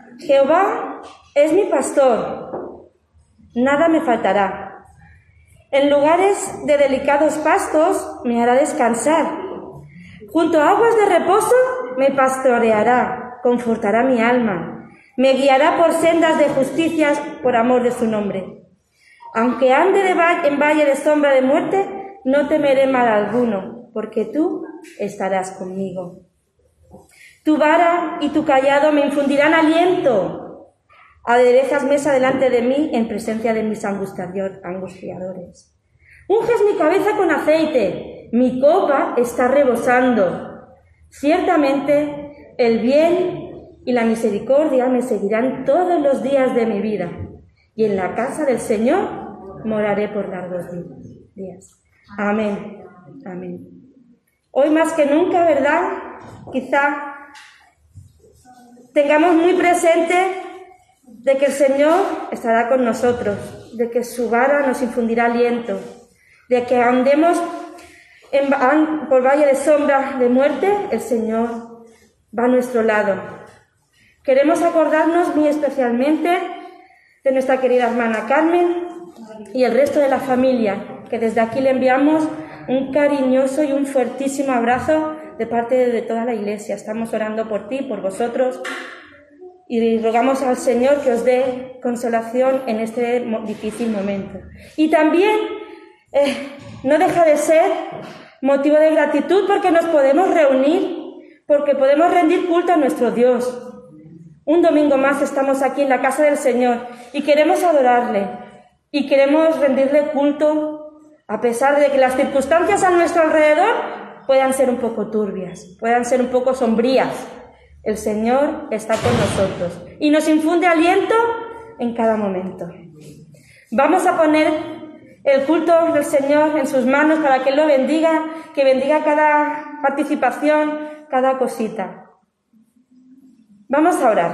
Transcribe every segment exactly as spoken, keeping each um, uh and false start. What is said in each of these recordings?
Jehová es mi pastor, nada me faltará. En lugares de delicados pastos me hará descansar. Junto a aguas de reposo me pastoreará, confortará mi alma. Me guiará por sendas de justicia por amor de su nombre. Aunque ande de va- en valle de sombra de muerte, no temeré mal alguno, porque tú estarás conmigo. Tu vara y tu cayado me infundirán aliento. Aderezas mesa delante de mí en presencia de mis angustiadores. Unges mi cabeza con aceite, mi copa está rebosando. Ciertamente el bien y la misericordia me seguirán todos los días de mi vida, y en la casa del Señor moraré por largos días. Amén. Amén. Hoy más que nunca, ¿verdad? Quizá tengamos muy presente de que el Señor estará con nosotros, de que su vara nos infundirá aliento, de que andemos en, por valle de sombra de muerte, el Señor va a nuestro lado. Queremos acordarnos muy especialmente de nuestra querida hermana Carmen y el resto de la familia, que desde aquí le enviamos un cariñoso y un fuertísimo abrazo de parte de toda la Iglesia. Estamos orando por ti, por vosotros, y rogamos al Señor que os dé consolación en este difícil momento. Y también eh, no deja de ser motivo de gratitud porque nos podemos reunir, porque podemos rendir culto a nuestro Dios. Un domingo más estamos aquí en la casa del Señor y queremos adorarle y queremos rendirle culto a pesar de que las circunstancias a nuestro alrededor puedan ser un poco turbias, puedan ser un poco sombrías. El Señor está con nosotros y nos infunde aliento en cada momento. Vamos a poner el culto del Señor en sus manos para que Él lo bendiga, que bendiga cada participación, cada cosita. Vamos a orar.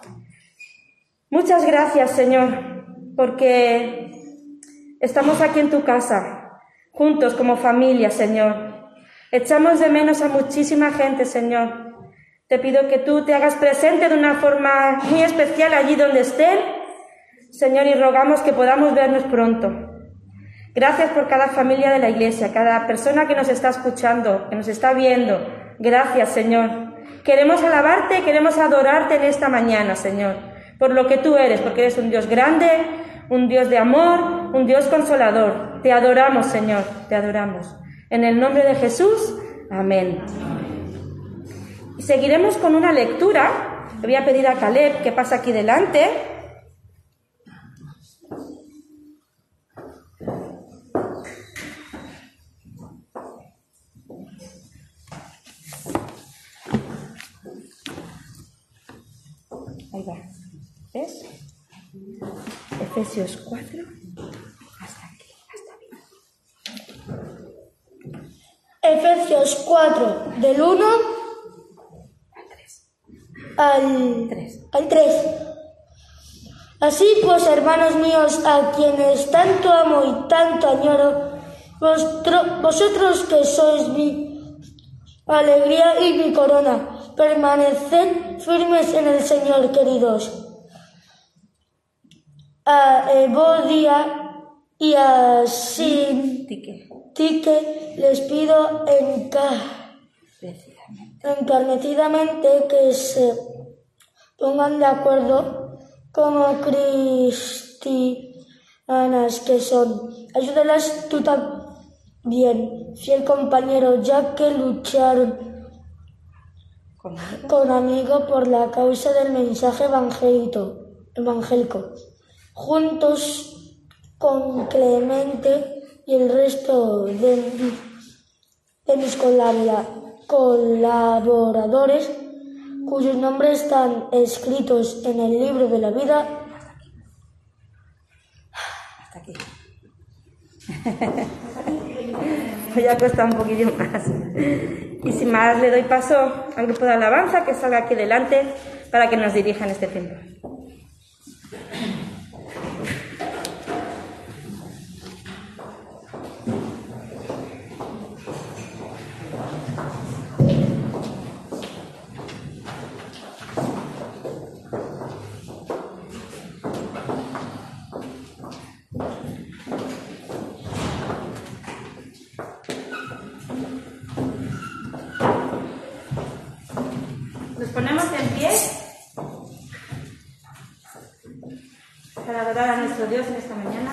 Muchas gracias, Señor, porque estamos aquí en tu casa, juntos como familia, Señor. Echamos de menos a muchísima gente, Señor. Te pido que tú te hagas presente de una forma muy especial allí donde estén, Señor, y rogamos que podamos vernos pronto. Gracias por cada familia de la Iglesia, cada persona que nos está escuchando, que nos está viendo. Gracias, Señor. Queremos alabarte, queremos adorarte en esta mañana, Señor, por lo que tú eres, porque eres un Dios grande, un Dios de amor, un Dios consolador. Te adoramos, Señor, te adoramos. En el nombre de Jesús, amén. Y seguiremos con una lectura. Le voy a pedir a Caleb que pase aquí delante. Ahí va. ¿Ves? Efesios cuatro. Hasta aquí, hasta aquí. Efesios cuatro, del uno al tres. Al tres. Así pues, hermanos míos, a quienes tanto amo y tanto añoro, vostro, vosotros que sois mi alegría y mi corona, permaneced firmes en el Señor, queridos. A Evodia y a Sintique les pido encarnecidamente que se pongan de acuerdo como cristianas que son. Ayúdalas tú también, fiel compañero, ya que lucharon ¿Conmigo? con amigo por la causa del mensaje evangélico, evangélico, juntos con Clemente y el resto de, de mis colaboradores, cuyos nombres están escritos en el libro de la vida. Hasta aquí. Voy a costar un poquillo más. Y sin más, le doy paso al grupo de alabanza que salga aquí delante para que nos dirija en este tiempo. para adorar a nuestro Dios en esta mañana.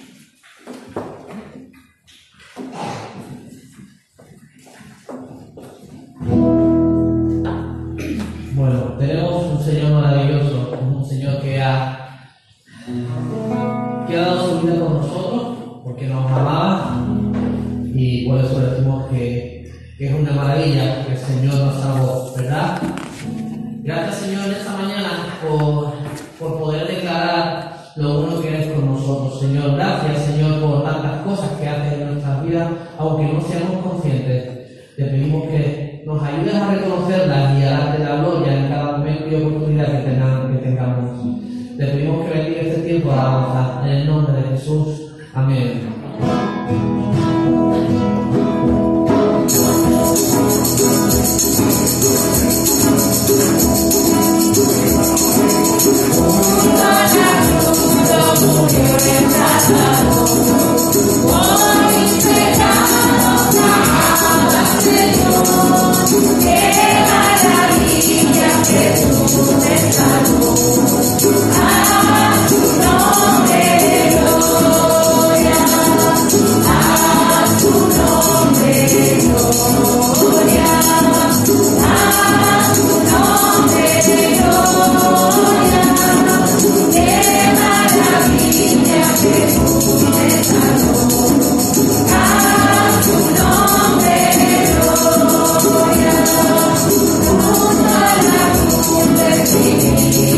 Bueno, tenemos un Señor maravilloso, un Señor que ha, que ha dado su vida por nosotros, porque nos amaba, y por eso decimos que, que es una maravilla que el Señor nos salvó, ¿verdad? Gracias, Señor, en esta mañana por, por poder declarar lo bueno que eres con nosotros, Señor. Gracias, Señor, por tantas cosas que haces en nuestras vidas, aunque no seamos conscientes. Te pedimos que nos ayudes a reconocerlas y a darte la gloria en cada momento y oportunidad que tengamos. Que tengamos. Te pedimos que bendiga este tiempo de alabanza en el nombre de Jesús. Amén. Thank you.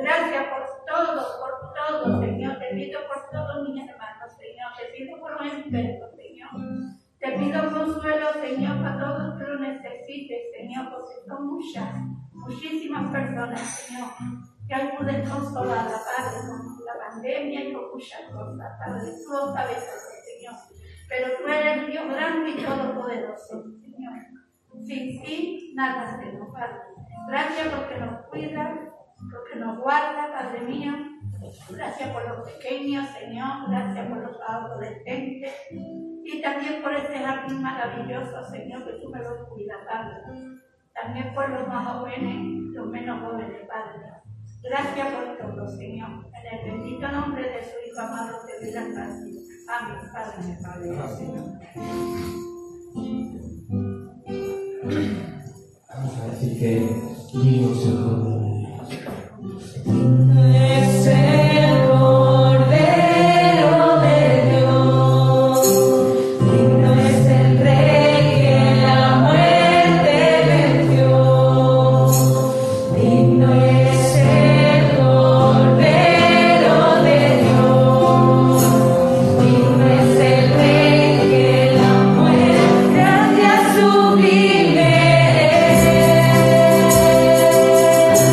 Gracias por todo, por todo, Señor. Te pido por todos mis hermanos, Señor. Te pido por los enfermos, Señor. Te pido consuelo, Señor, para todos los que lo necesites, Señor, porque son muchas, muchísimas personas, Señor, que ayuden consolada, Padre, con la pandemia y con muchas cosas, Padre. Tú lo sabes todo, Señor. Pero tú eres Dios grande y todopoderoso, Señor. Sin ti, nada hacemos, Padre. Gracias porque nos cuidas, porque nos guarda, Padre mío. Gracias por los pequeños, Señor. Gracias por los adolescentes. Y también por este jardín maravilloso, Señor, que tú me lo cuidas, Padre. También por los más jóvenes, los menos jóvenes, Padre. Gracias por todo, Señor. En el bendito nombre de su Hijo amado te doy las gracias. Amén, Padre. Padre, Señor. Vamos a decir que digno es el Cordero. Es el Cordero de Dios, digno es el Rey que la muerte venció, digno es el Cordero de Dios, digno es el Rey que la muerte gracias sublime.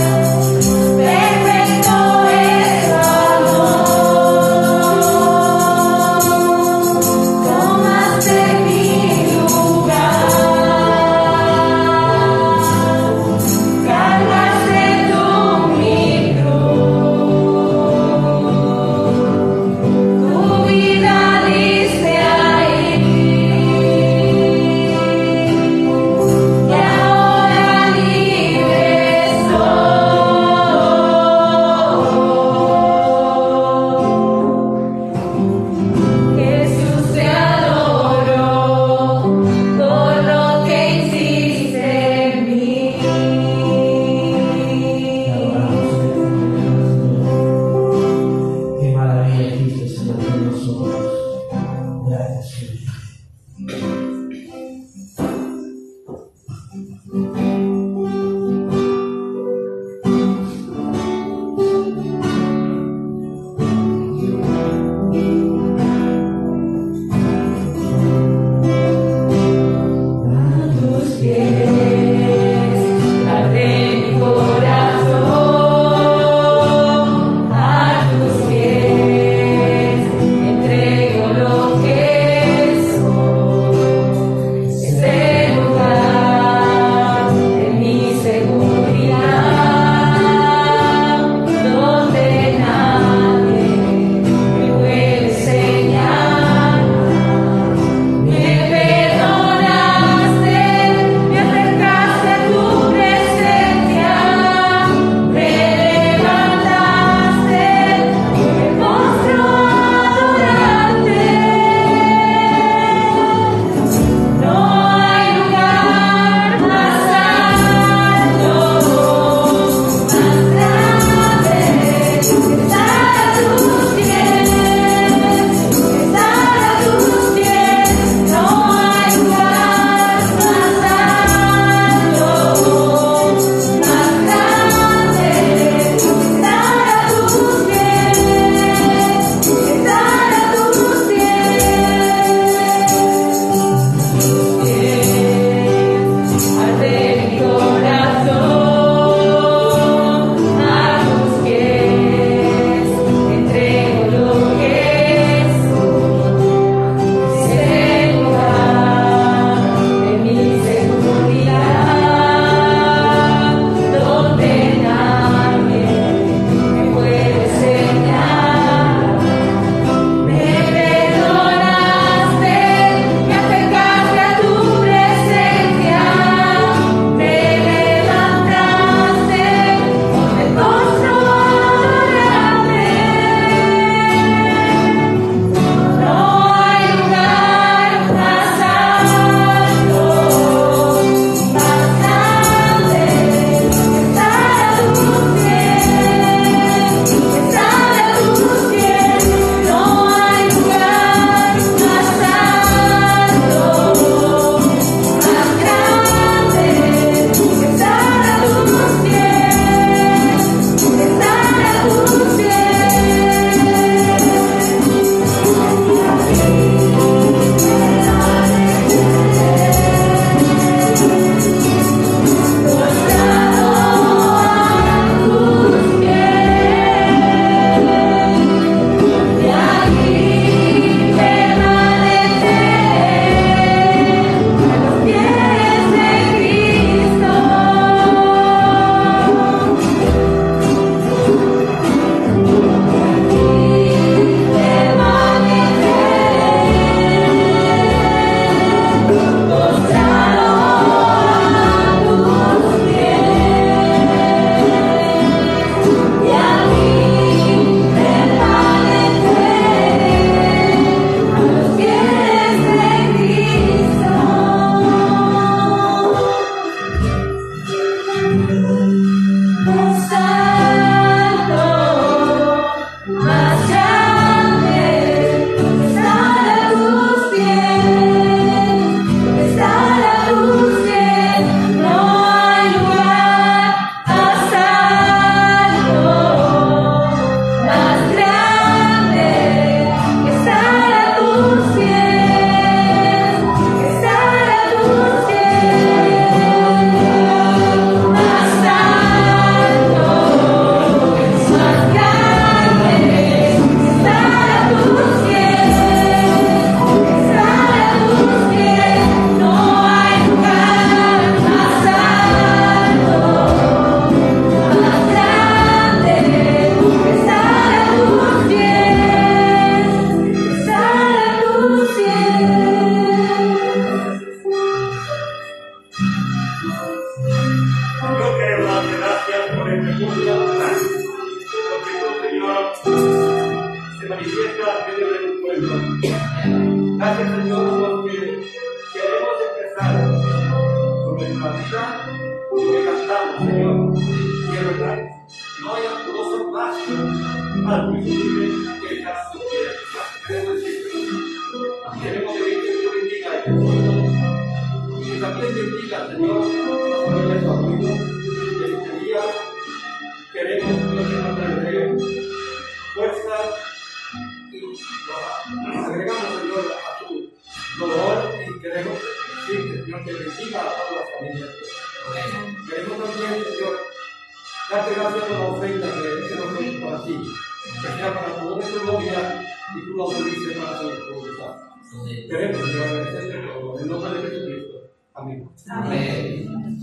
Gracias, Señor, porque queremos expresar sobre nuestra vida lo que cantamos, Señor. Quiero cantar. No hay cosa más al posible que el caso que queremos decir. Queremos pedir que Dios bendiga a este pueblo y que también bendiga, Señor, a la familia de su amigo. En este día queremos, Dios, que nos dé fuerza y nos agregamos, Señor, a tu dolor y queremos decirte, Señor, que bendiga a todas las familias. Queremos también, Señor, darte gracias por la ofrenda que hemos hecho para ti, que sea para tu honra y tu gloria y tú la autorices para tu voluntad. Queremos, Señor, agradecerte todo, en nombre de Jesucristo. Amén. Amén.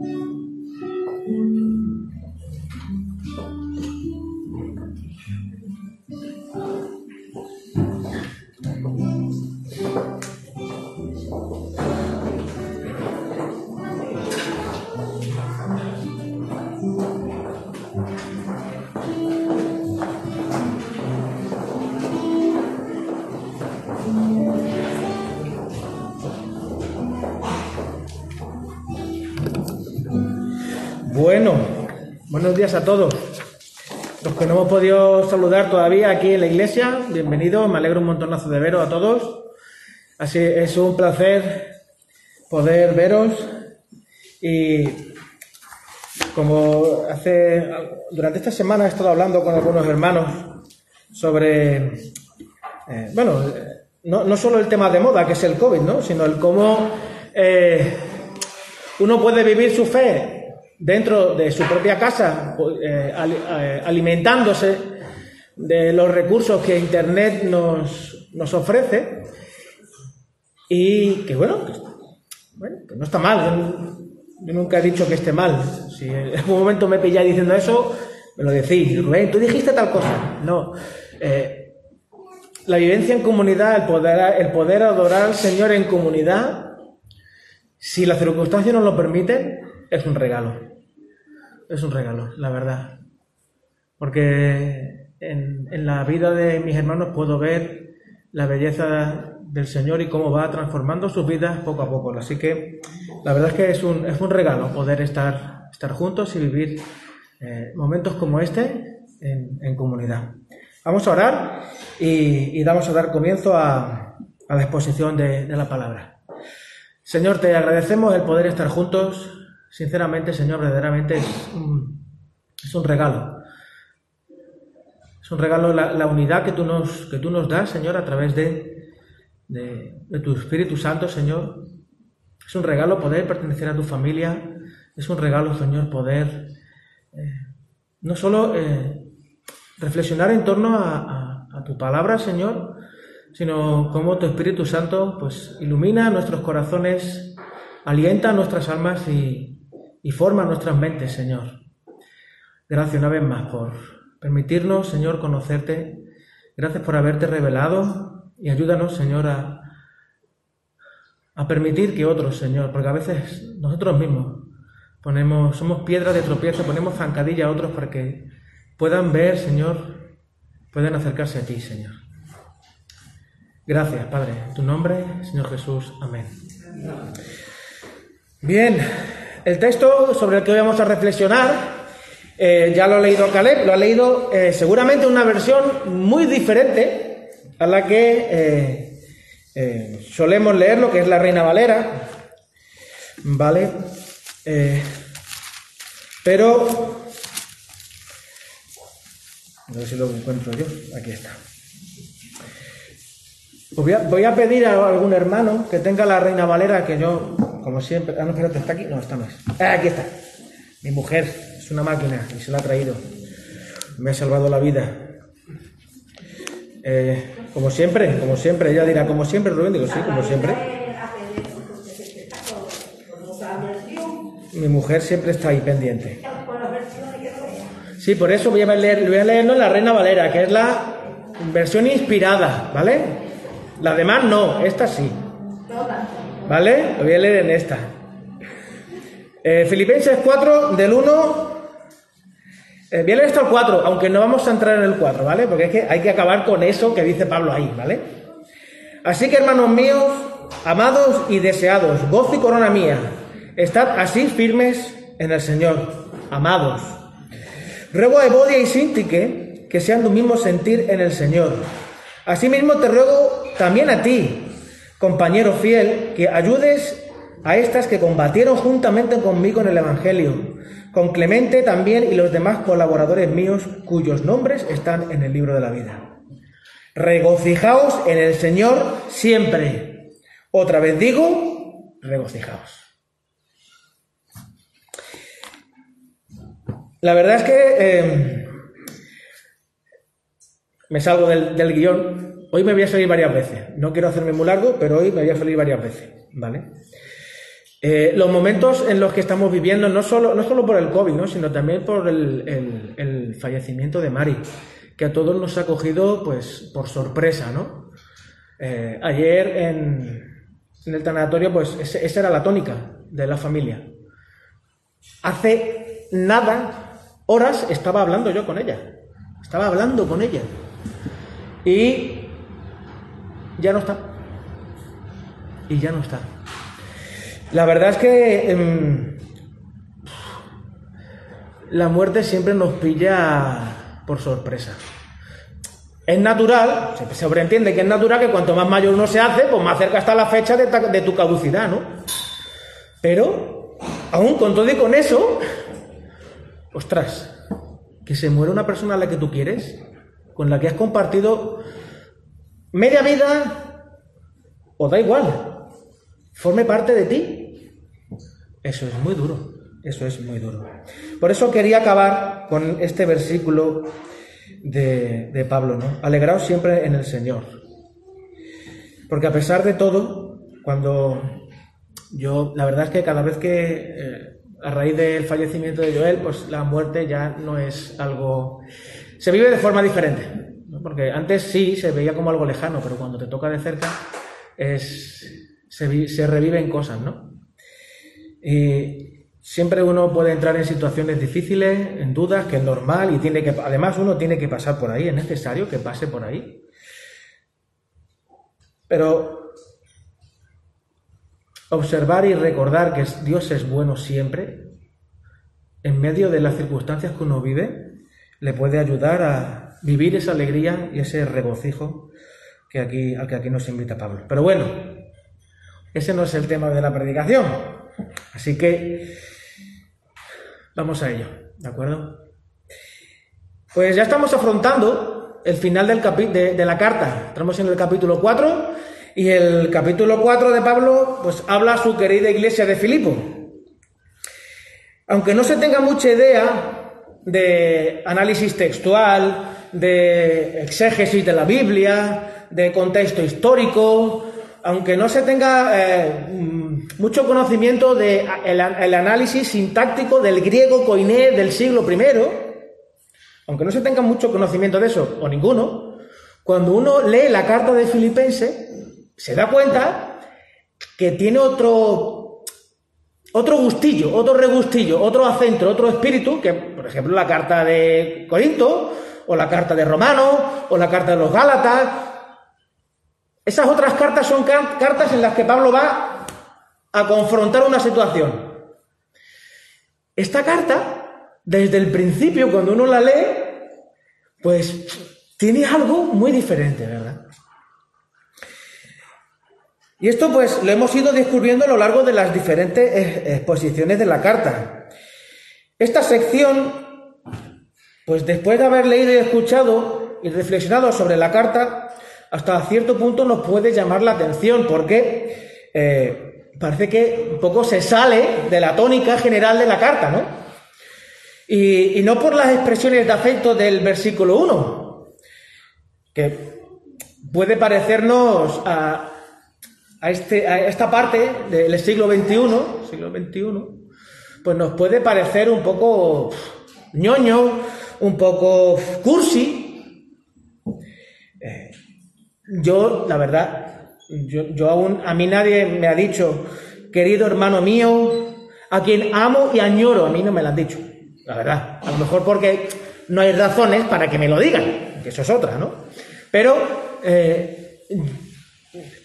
Bueno, buenos días a todos. Los que no hemos podido saludar todavía aquí en la iglesia, bienvenidos, me alegro un montonazo de veros a todos. Así es un placer poder veros y como hace durante esta semana he estado hablando con algunos hermanos sobre, eh, bueno, no, no solo el tema de moda que es el COVID, ¿no? Sino el cómo eh, uno puede vivir su fe dentro de su propia casa, eh, alimentándose de los recursos que Internet nos, nos ofrece y que bueno, que, bueno, que no está mal. Yo, yo nunca he dicho que esté mal. Si en algún momento me pilláis diciendo eso, me lo decís. Rubén, tú dijiste tal cosa. No. Eh, la vivencia en comunidad, el poder, el poder adorar al Señor en comunidad, si las circunstancias nos lo permiten, es un regalo. Es un regalo, la verdad. Porque en, en la vida de mis hermanos puedo ver la belleza del Señor y cómo va transformando sus vidas poco a poco. Así que la verdad es que es un, es un regalo poder estar, estar juntos y vivir eh, momentos como este en, en comunidad. Vamos a orar y, y vamos a dar comienzo a, a la exposición de, de la palabra. Señor, te agradecemos el poder estar juntos. Sinceramente, Señor, verdaderamente es un, es un regalo. Es un regalo la, la unidad que tú, nos, que tú nos das, Señor, a través de, de, de tu Espíritu Santo, Señor. Es un regalo poder pertenecer a tu familia. Es un regalo, Señor, poder eh, no solo eh, reflexionar en torno a, a, a tu palabra, Señor, sino cómo tu Espíritu Santo pues ilumina nuestros corazones, alienta nuestras almas y y forma nuestras mentes, Señor. Gracias una vez más por permitirnos, Señor, conocerte. Gracias por haberte revelado y ayúdanos, Señor, a, a permitir que otros, Señor, porque a veces nosotros mismos ponemos, somos piedras de tropiezo, ponemos zancadilla a otros para que puedan ver, Señor, puedan acercarse a ti, Señor. Gracias, Padre. En tu nombre, Señor Jesús. Amén. Bien. El texto sobre el que hoy vamos a reflexionar, eh, ya lo ha leído Caleb, lo ha leído eh, seguramente una versión muy diferente a la que eh, eh, solemos leer, lo que es la Reina Valera, ¿vale? Eh, pero, a ver si lo encuentro yo, aquí está. Voy a, voy a pedir a algún hermano que tenga la Reina Valera, que yo... Como siempre... Ah, no, espérate, ¿está aquí? No, esta no es. Ah, aquí está. Mi mujer. Es una máquina y se la ha traído. Me ha salvado la vida. Eh, como siempre, como siempre. Ella dirá, como siempre, Rubén. Digo, sí, como siempre. Mi mujer siempre está ahí pendiente. Sí, por eso voy a leer, voy a leerlo en la Reina Valera, que es la versión inspirada, ¿vale? Las demás no, esta sí. ¿Vale? Lo voy a leer en esta. Eh, Filipenses cuatro, del uno... Eh, voy a leer hasta el cuatro, aunque no vamos a entrar en el cuatro, ¿vale? Porque es que hay que acabar con eso que dice Pablo ahí, ¿vale? Así que, hermanos míos, amados y deseados, gozo y corona mía, estad así firmes en el Señor, amados. Ruego a Evodia y Síntique que sean de un mismo sentir en el Señor. Asimismo te ruego también a ti, compañero fiel, que ayudes a estas que combatieron juntamente conmigo en el Evangelio, con Clemente también y los demás colaboradores míos, cuyos nombres están en el libro de la vida. Regocijaos en el Señor siempre. Otra vez digo, regocijaos. La verdad es que eh, me salgo del, del guión. Hoy me voy a salir varias veces. No quiero hacerme muy largo, pero hoy me voy a salir varias veces, ¿vale? Eh, los momentos en los que estamos viviendo, no solo, no solo por el COVID, ¿no? Sino también por el, el, el fallecimiento de Mari, que a todos nos ha cogido pues por sorpresa, ¿no? Eh, ayer en, en el tanatorio, pues ese, esa era la tónica de la familia. Hace nada, horas, estaba hablando yo con ella. Estaba hablando con ella. Y ya no está. Y ya no está. La verdad es que eh, la muerte siempre nos pilla por sorpresa. Es natural, se sobreentiende que es natural que cuanto más mayor uno se hace, pues más cerca está la fecha de, ta, de tu caducidad, ¿no? Pero, aún con todo y con eso, ostras, que se muere una persona a la que tú quieres, con la que has compartido media vida, o da igual, forme parte de ti. Eso es muy duro, eso es muy duro. Por eso quería acabar con este versículo de, de Pablo, ¿no? Alegraos siempre en el Señor. Porque a pesar de todo, cuando yo, la verdad es que cada vez que, eh, a raíz del fallecimiento de Joel, pues la muerte ya no es algo... Se vive de forma diferente, ¿no? Porque antes sí se veía como algo lejano, pero cuando te toca de cerca es... Se, se reviven cosas, ¿no? Y siempre uno puede entrar en situaciones difíciles, en dudas, que es normal, y tiene que, además uno tiene que pasar por ahí, es necesario que pase por ahí. Pero observar y recordar que Dios es bueno siempre, en medio de las circunstancias que uno vive, le puede ayudar a vivir esa alegría y ese regocijo que aquí, al que aquí nos invita Pablo. Pero bueno, ese no es el tema de la predicación, así que vamos a ello, ¿de acuerdo? Pues ya estamos afrontando el final del capi- de, de la carta. Estamos en el capítulo cuatro, y el capítulo cuatro de Pablo pues habla a su querida iglesia de Filipo. Aunque no se tenga mucha idea de análisis textual, de exégesis de la Biblia, de contexto histórico, aunque no se tenga eh, mucho conocimiento del de el, el análisis sintáctico del griego koiné del siglo primero, aunque no se tenga mucho conocimiento de eso, o ninguno, cuando uno lee la carta de Filipenses, se da cuenta que tiene otro, otro gustillo, otro regustillo, otro acento, otro espíritu, que por ejemplo la carta de Corinto, o la carta de Romanos, o la carta de los Gálatas. Esas otras cartas son cartas en las que Pablo va a confrontar una situación. Esta carta, desde el principio, cuando uno la lee, pues tiene algo muy diferente, ¿verdad? Y esto pues lo hemos ido descubriendo a lo largo de las diferentes exposiciones de la carta. Esta sección, pues después de haber leído y escuchado y reflexionado sobre la carta, hasta cierto punto nos puede llamar la atención, porque eh, parece que un poco se sale de la tónica general de la carta, ¿no? Y, y no por las expresiones de afecto del versículo uno, que puede parecernos a, a, este, a esta parte del siglo veintiuno, siglo veintiuno, pues nos puede parecer un poco ñoño, un poco cursi. Eh, Yo, la verdad, yo, yo aún, a mí nadie me ha dicho, querido hermano mío, a quien amo y añoro, a mí no me lo han dicho, la verdad. A lo mejor porque no hay razones para que me lo digan, que eso es otra, ¿no? Pero, eh,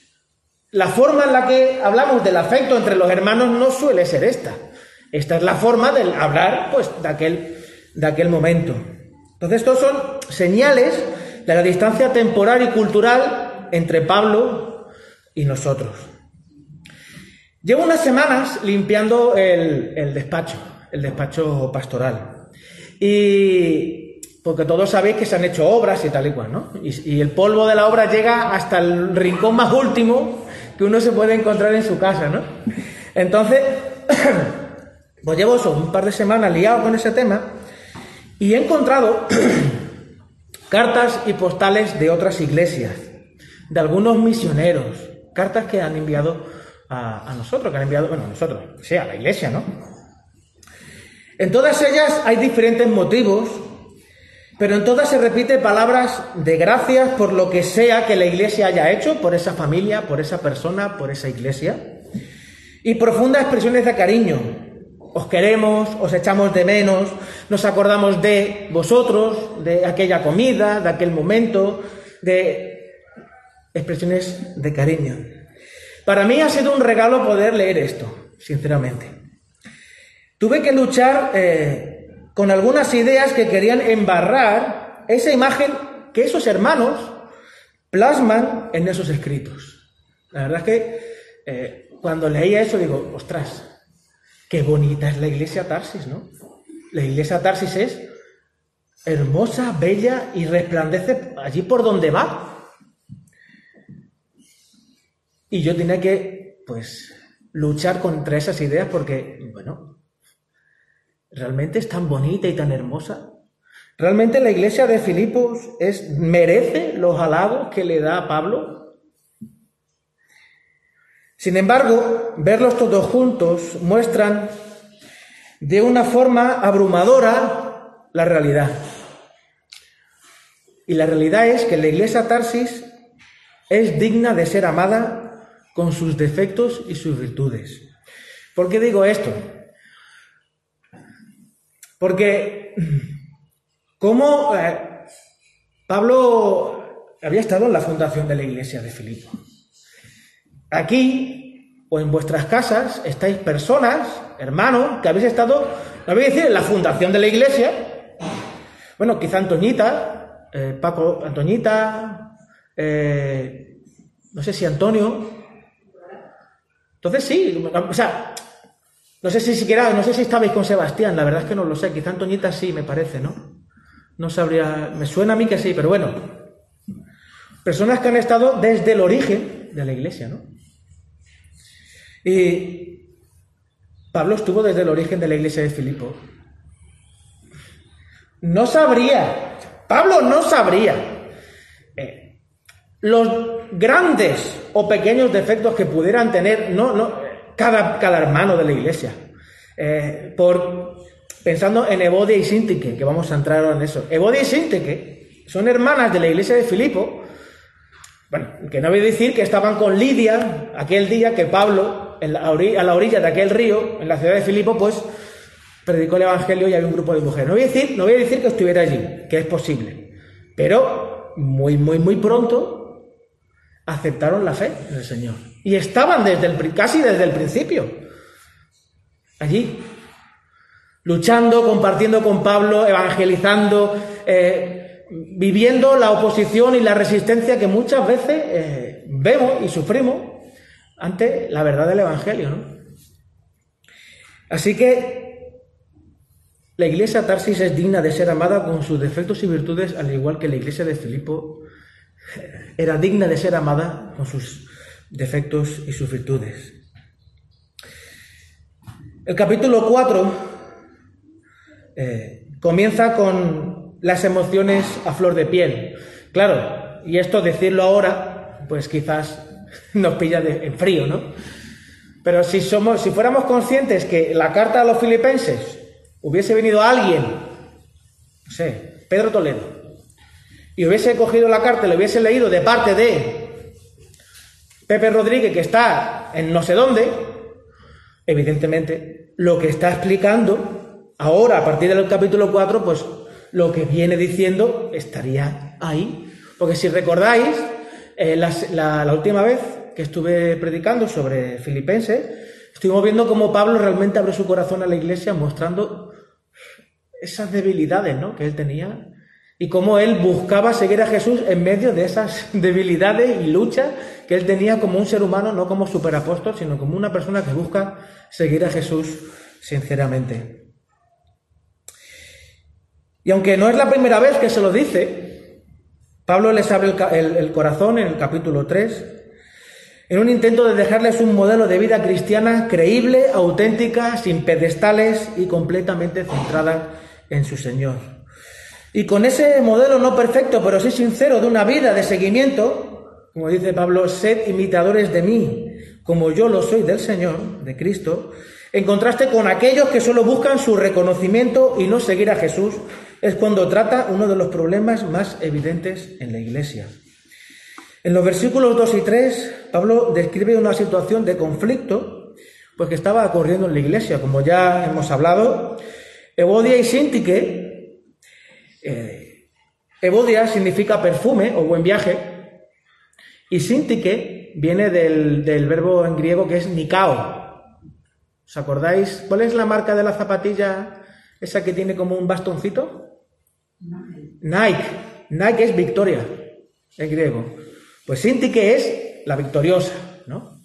la forma en la que hablamos del afecto entre los hermanos no suele ser esta. Esta es la forma de hablar, pues, de aquel, de aquel momento. Entonces, estos son señales de la distancia temporal y cultural entre Pablo y nosotros. Llevo unas semanas limpiando el, el despacho, el despacho pastoral. Y porque todos sabéis que se han hecho obras y tal y cual, ¿no? Y, y el polvo de la obra llega hasta el rincón más último que uno se puede encontrar en su casa, ¿no? Entonces, pues llevo eso, un par de semanas liado con ese tema y he encontrado cartas y postales de otras iglesias, de algunos misioneros, cartas que han enviado a, a nosotros, que han enviado, bueno, a nosotros, o sea, a la iglesia, ¿no? En todas ellas hay diferentes motivos, pero en todas se repite palabras de gracias por lo que sea que la iglesia haya hecho, por esa familia, por esa persona, por esa iglesia, y profundas expresiones de cariño. Os queremos, os echamos de menos, nos acordamos de vosotros, de aquella comida, de aquel momento, de expresiones de cariño. Para mí ha sido un regalo poder leer esto, sinceramente. Tuve que luchar eh, con algunas ideas que querían embarrar esa imagen que esos hermanos plasman en esos escritos. La verdad es que eh, cuando leía eso digo, ostras, qué bonita es la iglesia Tarsis, ¿no? La iglesia Tarsis es hermosa, bella y resplandece allí por donde va. Y yo tenía que, pues, luchar contra esas ideas porque, bueno, ¿realmente es tan bonita y tan hermosa? ¿Realmente la iglesia de Filipos es, merece los halagos que le da a Pablo? Sin embargo, verlos todos juntos muestran de una forma abrumadora la realidad. Y la realidad es que la iglesia Tarsis es digna de ser amada con sus defectos y sus virtudes. ¿Por qué digo esto? Porque como eh, Pablo había estado en la fundación de la iglesia de Filipo. Aquí, o en vuestras casas, estáis personas, hermanos, que habéis estado, no voy a decir en la fundación de la iglesia, bueno, quizá Antoñita, eh, Paco, Antoñita, eh, no sé si Antonio. Entonces sí, o sea, no sé si siquiera, no sé si estabais con Sebastián, la verdad es que no lo sé, quizá Antoñita sí, me parece, ¿no? No sabría, me suena a mí que sí, pero bueno, personas que han estado desde el origen de la iglesia, ¿no? Y Pablo estuvo desde el origen de la iglesia de Filipo. No sabría, Pablo no sabría eh, los grandes o pequeños defectos que pudieran tener no, no, cada, cada hermano de la iglesia. Eh, por, pensando en Evodia y Síntique, que vamos a entrar ahora en eso. Evodia y Síntique son hermanas de la iglesia de Filipo. Bueno, que no voy a decir que estaban con Lidia aquel día que Pablo, en la orilla, a la orilla de aquel río, en la ciudad de Filipo, pues predicó el evangelio y había un grupo de mujeres. No voy a decir, no voy a decir que estuviera allí, que es posible. Pero muy, muy, muy pronto aceptaron la fe del Señor. Y estaban desde el, casi desde el principio allí, luchando, compartiendo con Pablo, evangelizando, eh, viviendo la oposición y la resistencia que muchas veces eh, vemos y sufrimos ante la verdad del Evangelio, ¿no? Así que la iglesia Tarsis es digna de ser amada con sus defectos y virtudes, al igual que la iglesia de Filipo era digna de ser amada con sus defectos y sus virtudes. El capítulo cuatro eh, comienza con las emociones a flor de piel. Claro, y esto decirlo ahora, pues quizás nos pilla de, en frío, ¿no? Pero si somos, si fuéramos conscientes que la carta a los filipenses hubiese venido alguien, no sé, Pedro Toledo, y hubiese cogido la carta y lo hubiese leído de parte de Pepe Rodríguez, que está en no sé dónde, evidentemente lo que está explicando ahora, a partir del capítulo cuatro, pues lo que viene diciendo estaría ahí. Porque si recordáis, eh, la, la, la última vez que estuve predicando sobre Filipenses, estuvimos viendo cómo Pablo realmente abrió su corazón a la iglesia mostrando esas debilidades, ¿no?, que él tenía y cómo él buscaba seguir a Jesús en medio de esas debilidades y luchas que él tenía como un ser humano, no como superapóstol, sino como una persona que busca seguir a Jesús sinceramente. Y aunque no es la primera vez que se lo dice, Pablo les abre el, el, el corazón en el capítulo tres, en un intento de dejarles un modelo de vida cristiana creíble, auténtica, sin pedestales y completamente centrada en su Señor. Y con ese modelo no perfecto, pero sí sincero, de una vida de seguimiento, como dice Pablo, sed imitadores de mí, como yo lo soy del Señor, de Cristo, en contraste con aquellos que solo buscan su reconocimiento y no seguir a Jesús, es cuando trata uno de los problemas más evidentes en la iglesia. En los versículos dos y tres, Pablo describe una situación de conflicto pues que estaba ocurriendo en la iglesia, como ya hemos hablado. Evodia y Síntique, eh, Evodia significa perfume o buen viaje, y Síntique viene del, del verbo en griego que es nikao. ¿Os acordáis? ¿Cuál es la marca de la zapatilla esa que tiene como un bastoncito? Nike. Nike es victoria en griego. Pues Síntique es la victoriosa, ¿no?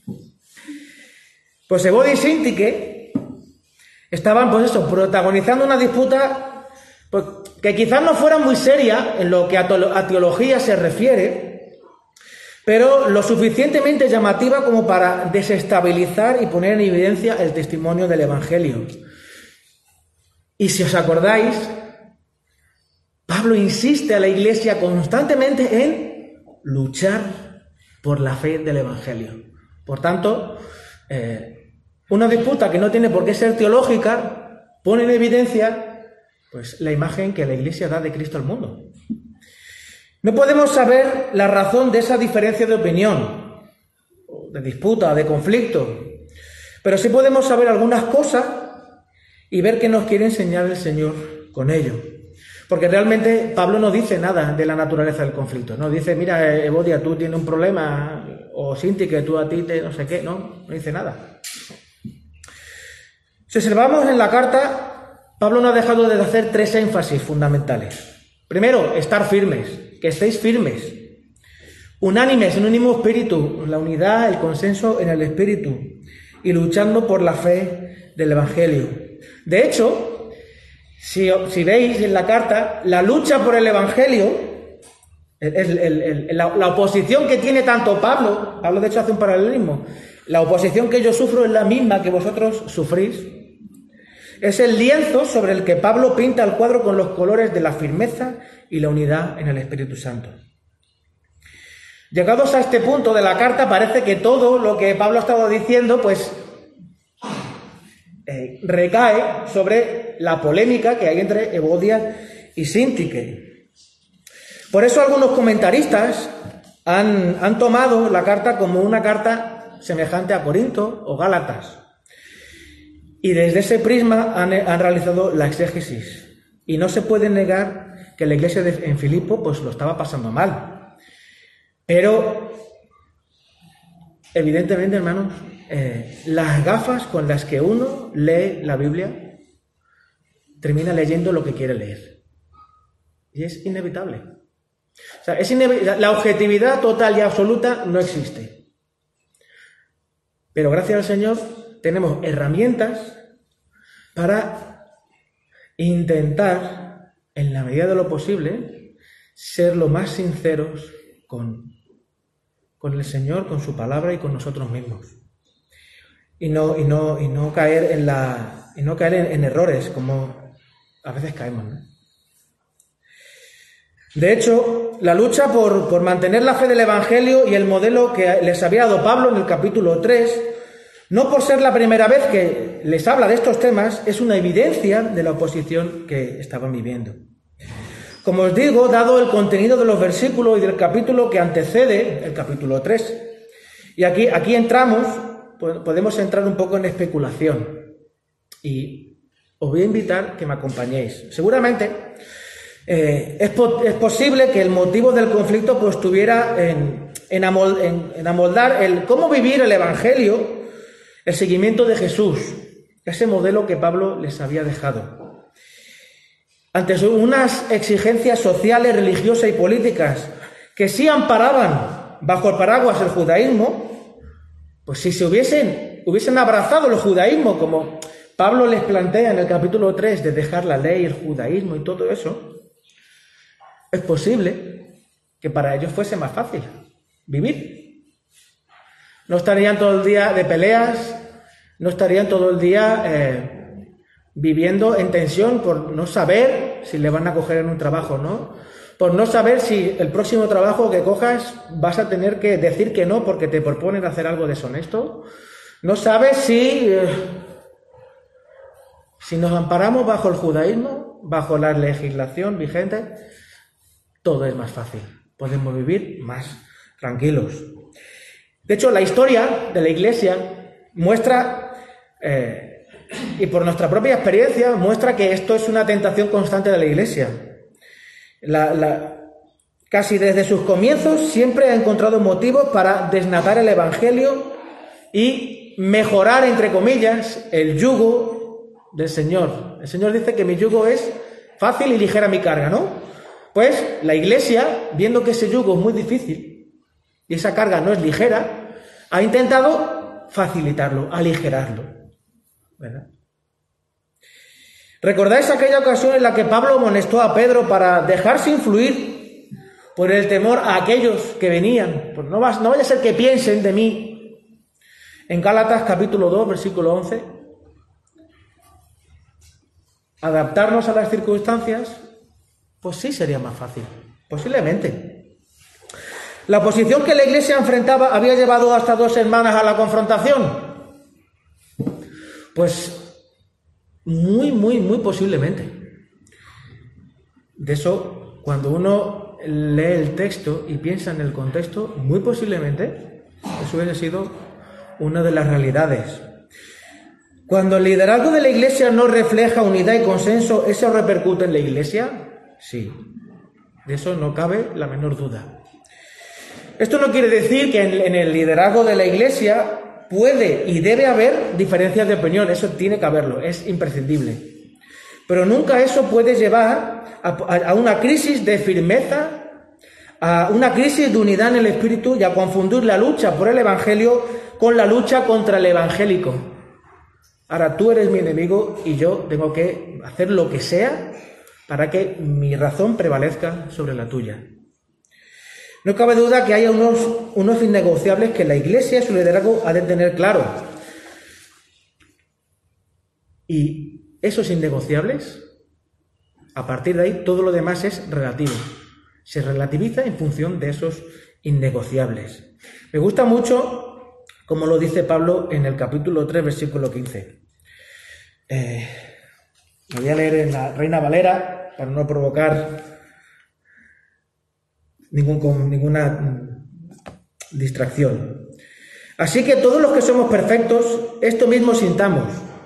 Pues Evodia y Síntique estaban, pues eso, protagonizando una disputa pues, que quizás no fuera muy seria en lo que a, a teología se refiere, pero lo suficientemente llamativa como para desestabilizar y poner en evidencia el testimonio del Evangelio. Y si os acordáis, Pablo insiste a la iglesia constantemente en luchar por la fe del Evangelio. Por tanto, eh, una disputa que no tiene por qué ser teológica pone en evidencia pues, la imagen que la iglesia da de Cristo al mundo. No podemos saber la razón de esa diferencia de opinión, de disputa, de conflicto, pero sí podemos saber algunas cosas y ver qué nos quiere enseñar el Señor con ello. Porque realmente Pablo no dice nada de la naturaleza del conflicto. No dice, mira, Evodia, tú tienes un problema, o Síntique, tú a ti te no sé qué. No, no dice nada. Si observamos en la carta, Pablo no ha dejado de hacer tres énfasis fundamentales. Primero, estar firmes, que estéis firmes. Unánimes, en un mismo espíritu, la unidad, el consenso en el espíritu. Y luchando por la fe del Evangelio. De hecho, Si, si veis en la carta, la lucha por el Evangelio, el, el, el, la, la oposición que tiene tanto Pablo, Pablo de hecho hace un paralelismo, la oposición que yo sufro es la misma que vosotros sufrís, es el lienzo sobre el que Pablo pinta el cuadro con los colores de la firmeza y la unidad en el Espíritu Santo. Llegados a este punto de la carta, parece que todo lo que Pablo ha estado diciendo, pues, eh, recae sobre la polémica que hay entre Evodia y Síntique. Por eso algunos comentaristas han, han tomado la carta como una carta semejante a Corinto o Gálatas. Y desde ese prisma han, han realizado la exégesis. Y no se puede negar que la iglesia de, en Filipo pues lo estaba pasando mal. Pero, evidentemente, hermanos, eh, las gafas con las que uno lee la Biblia termina leyendo lo que quiere leer. Y es inevitable. O sea, es inev- la objetividad total y absoluta no existe. Pero gracias al Señor tenemos herramientas para intentar, en la medida de lo posible, ser lo más sinceros con, con el Señor, con su palabra y con nosotros mismos. Y no, y no, y no caer en la, y no caer en, en errores como a veces caemos, ¿no? De hecho, la lucha por, por mantener la fe del Evangelio y el modelo que les había dado Pablo en el capítulo tres, no por ser la primera vez que les habla de estos temas, es una evidencia de la oposición que estaban viviendo. Como os digo, dado el contenido de los versículos y del capítulo que antecede el capítulo tres, y aquí, aquí entramos, podemos entrar un poco en especulación, y os voy a invitar que me acompañéis. Seguramente eh, es, po- es posible que el motivo del conflicto pues estuviera en, en, amol, en, en amoldar el cómo vivir el Evangelio, el seguimiento de Jesús, ese modelo que Pablo les había dejado. Ante unas exigencias sociales, religiosas y políticas que sí amparaban bajo el paraguas el judaísmo, pues si se hubiesen, hubiesen abrazado el judaísmo, como Pablo les plantea en el capítulo tres, de dejar la ley, el judaísmo y todo eso, es posible que para ellos fuese más fácil vivir. No estarían todo el día de peleas, no estarían todo el día eh, viviendo en tensión por no saber si le van a coger en un trabajo o no, por no saber si el próximo trabajo que cojas vas a tener que decir que no porque te proponen hacer algo deshonesto. No sabes si, eh, si nos amparamos bajo el judaísmo, bajo la legislación vigente, todo es más fácil. Podemos vivir más tranquilos. De hecho, la historia de la Iglesia muestra, eh, y por nuestra propia experiencia, muestra que esto es una tentación constante de la Iglesia. La, la, casi desde sus comienzos siempre ha encontrado motivos para desnatar el Evangelio y mejorar, entre comillas, el yugo del Señor. El Señor dice que mi yugo es fácil y ligera mi carga, ¿no? Pues la Iglesia, viendo que ese yugo es muy difícil y esa carga no es ligera, ha intentado facilitarlo, aligerarlo, ¿verdad? ¿Recordáis aquella ocasión en la que Pablo amonestó a Pedro para dejarse influir por el temor a aquellos que venían? Pues no, vas, no vaya a ser que piensen de mí. En Gálatas capítulo dos, versículo once. Adaptarnos a las circunstancias, pues sí sería más fácil, posiblemente. La oposición que la Iglesia enfrentaba había llevado hasta dos hermanas a la confrontación. Pues muy, muy, muy posiblemente. De eso, cuando uno lee el texto y piensa en el contexto, muy posiblemente eso hubiera sido una de las realidades. Cuando el liderazgo de la Iglesia no refleja unidad y consenso, ¿eso repercute en la Iglesia? Sí, de eso no cabe la menor duda. Esto no quiere decir que en el liderazgo de la Iglesia puede y debe haber diferencias de opinión, eso tiene que haberlo, es imprescindible. Pero nunca eso puede llevar a, a, a una crisis de firmeza, a una crisis de unidad en el espíritu y a confundir la lucha por el Evangelio con la lucha contra el evangélico. Ahora tú eres mi enemigo y yo tengo que hacer lo que sea para que mi razón prevalezca sobre la tuya. No cabe duda que haya unos, unos innegociables que la Iglesia y su liderazgo ha de tener claro. Y esos innegociables, a partir de ahí, todo lo demás es relativo. Se relativiza en función de esos innegociables. Me gusta mucho, como lo dice Pablo en el capítulo tres, versículo quince. Eh, lo voy a leer en la Reina Valera, para no provocar ningún, ninguna distracción. Así que todos los que somos perfectos, esto mismo sintamos.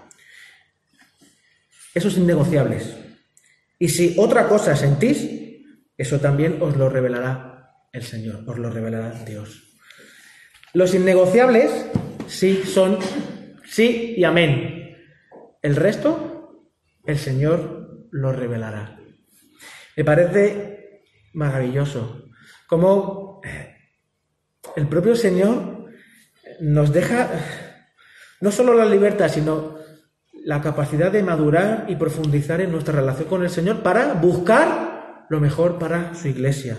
Eso es innegociables. Y si otra cosa sentís, eso también os lo revelará el Señor, os lo revelará Dios. Los innegociables sí son sí y amén. El resto, el Señor lo revelará. Me parece maravilloso cómo el propio Señor nos deja no solo la libertad, sino la capacidad de madurar y profundizar en nuestra relación con el Señor para buscar lo mejor para su Iglesia.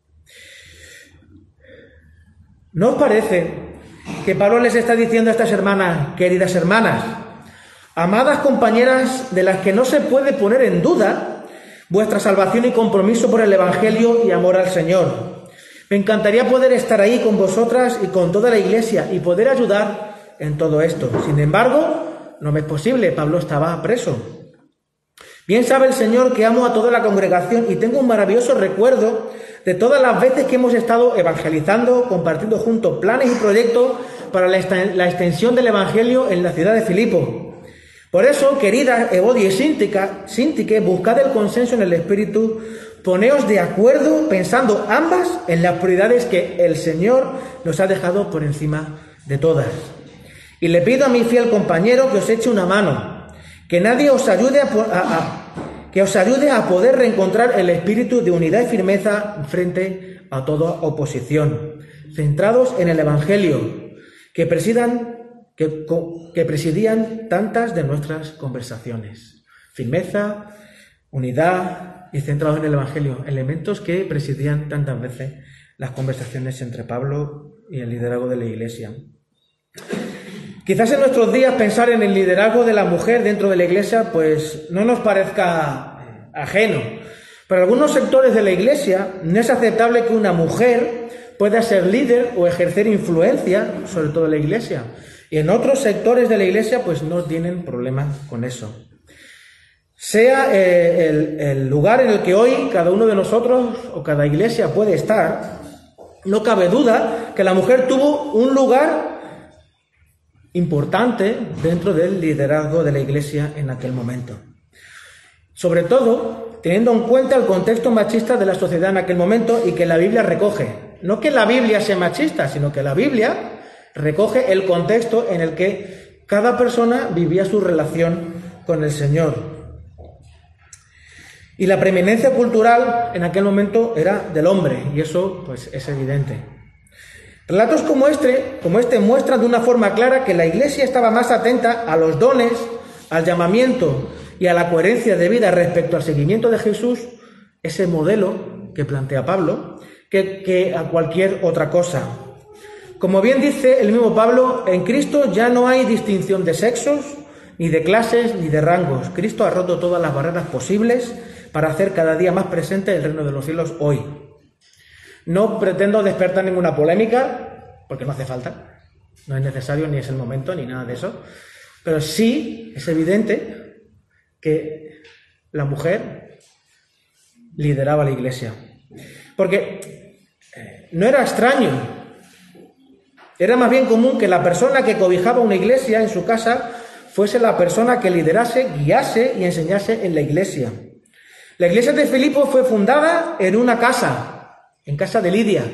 ¿No os parece que Pablo les está diciendo a estas hermanas, queridas hermanas, amadas compañeras de las que no se puede poner en duda vuestra salvación y compromiso por el Evangelio y amor al Señor? Me encantaría poder estar ahí con vosotras y con toda la Iglesia y poder ayudar en todo esto. Sin embargo, no me es posible, Pablo estaba preso. Bien sabe el Señor que amo a toda la congregación y tengo un maravilloso recuerdo de todas las veces que hemos estado evangelizando, compartiendo juntos planes y proyectos para la extensión del Evangelio en la ciudad de Filipo. Por eso, queridas Evodia y Síntique, buscad el consenso en el Espíritu, poneos de acuerdo pensando ambas en las prioridades que el Señor nos ha dejado por encima de todas. Y le pido a mi fiel compañero que os eche una mano, que nadie os ayude a, a, a, que os ayude a poder reencontrar el espíritu de unidad y firmeza frente a toda oposición, centrados en el Evangelio, que presidan Que, que presidían tantas de nuestras conversaciones. Firmeza, unidad y centrados en el Evangelio, elementos que presidían tantas veces las conversaciones entre Pablo y el liderazgo de la Iglesia. Quizás en nuestros días pensar en el liderazgo de la mujer dentro de la Iglesia pues no nos parezca ajeno. Para algunos sectores de la Iglesia no es aceptable que una mujer pueda ser líder o ejercer influencia sobre toda la Iglesia. Y en otros sectores de la Iglesia pues no tienen problemas con eso. Sea eh, el, el lugar en el que hoy cada uno de nosotros o cada iglesia puede estar, no cabe duda que la mujer tuvo un lugar importante dentro del liderazgo de la Iglesia en aquel momento. Sobre todo teniendo en cuenta el contexto machista de la sociedad en aquel momento y que la Biblia recoge. No que la Biblia sea machista, sino que la Biblia recoge el contexto en el que cada persona vivía su relación con el Señor. Y la preeminencia cultural en aquel momento era del hombre, y eso pues es evidente. Relatos como este, como este muestran de una forma clara que la Iglesia estaba más atenta a los dones, al llamamiento y a la coherencia de vida respecto al seguimiento de Jesús, ese modelo que plantea Pablo, que, que a cualquier otra cosa. Como bien dice el mismo Pablo, en Cristo ya no hay distinción de sexos, ni de clases, ni de rangos. Cristo ha roto todas las barreras posibles para hacer cada día más presente el reino de los cielos hoy. No pretendo despertar ninguna polémica, porque no hace falta. No es necesario, ni es el momento, ni nada de eso. Pero sí es evidente que la mujer lideraba la Iglesia. Porque no era extraño. Era más bien común que la persona que cobijaba una iglesia en su casa fuese la persona que liderase, guiase y enseñase en la iglesia. La iglesia de Filipo fue fundada en una casa, en casa de Lidia.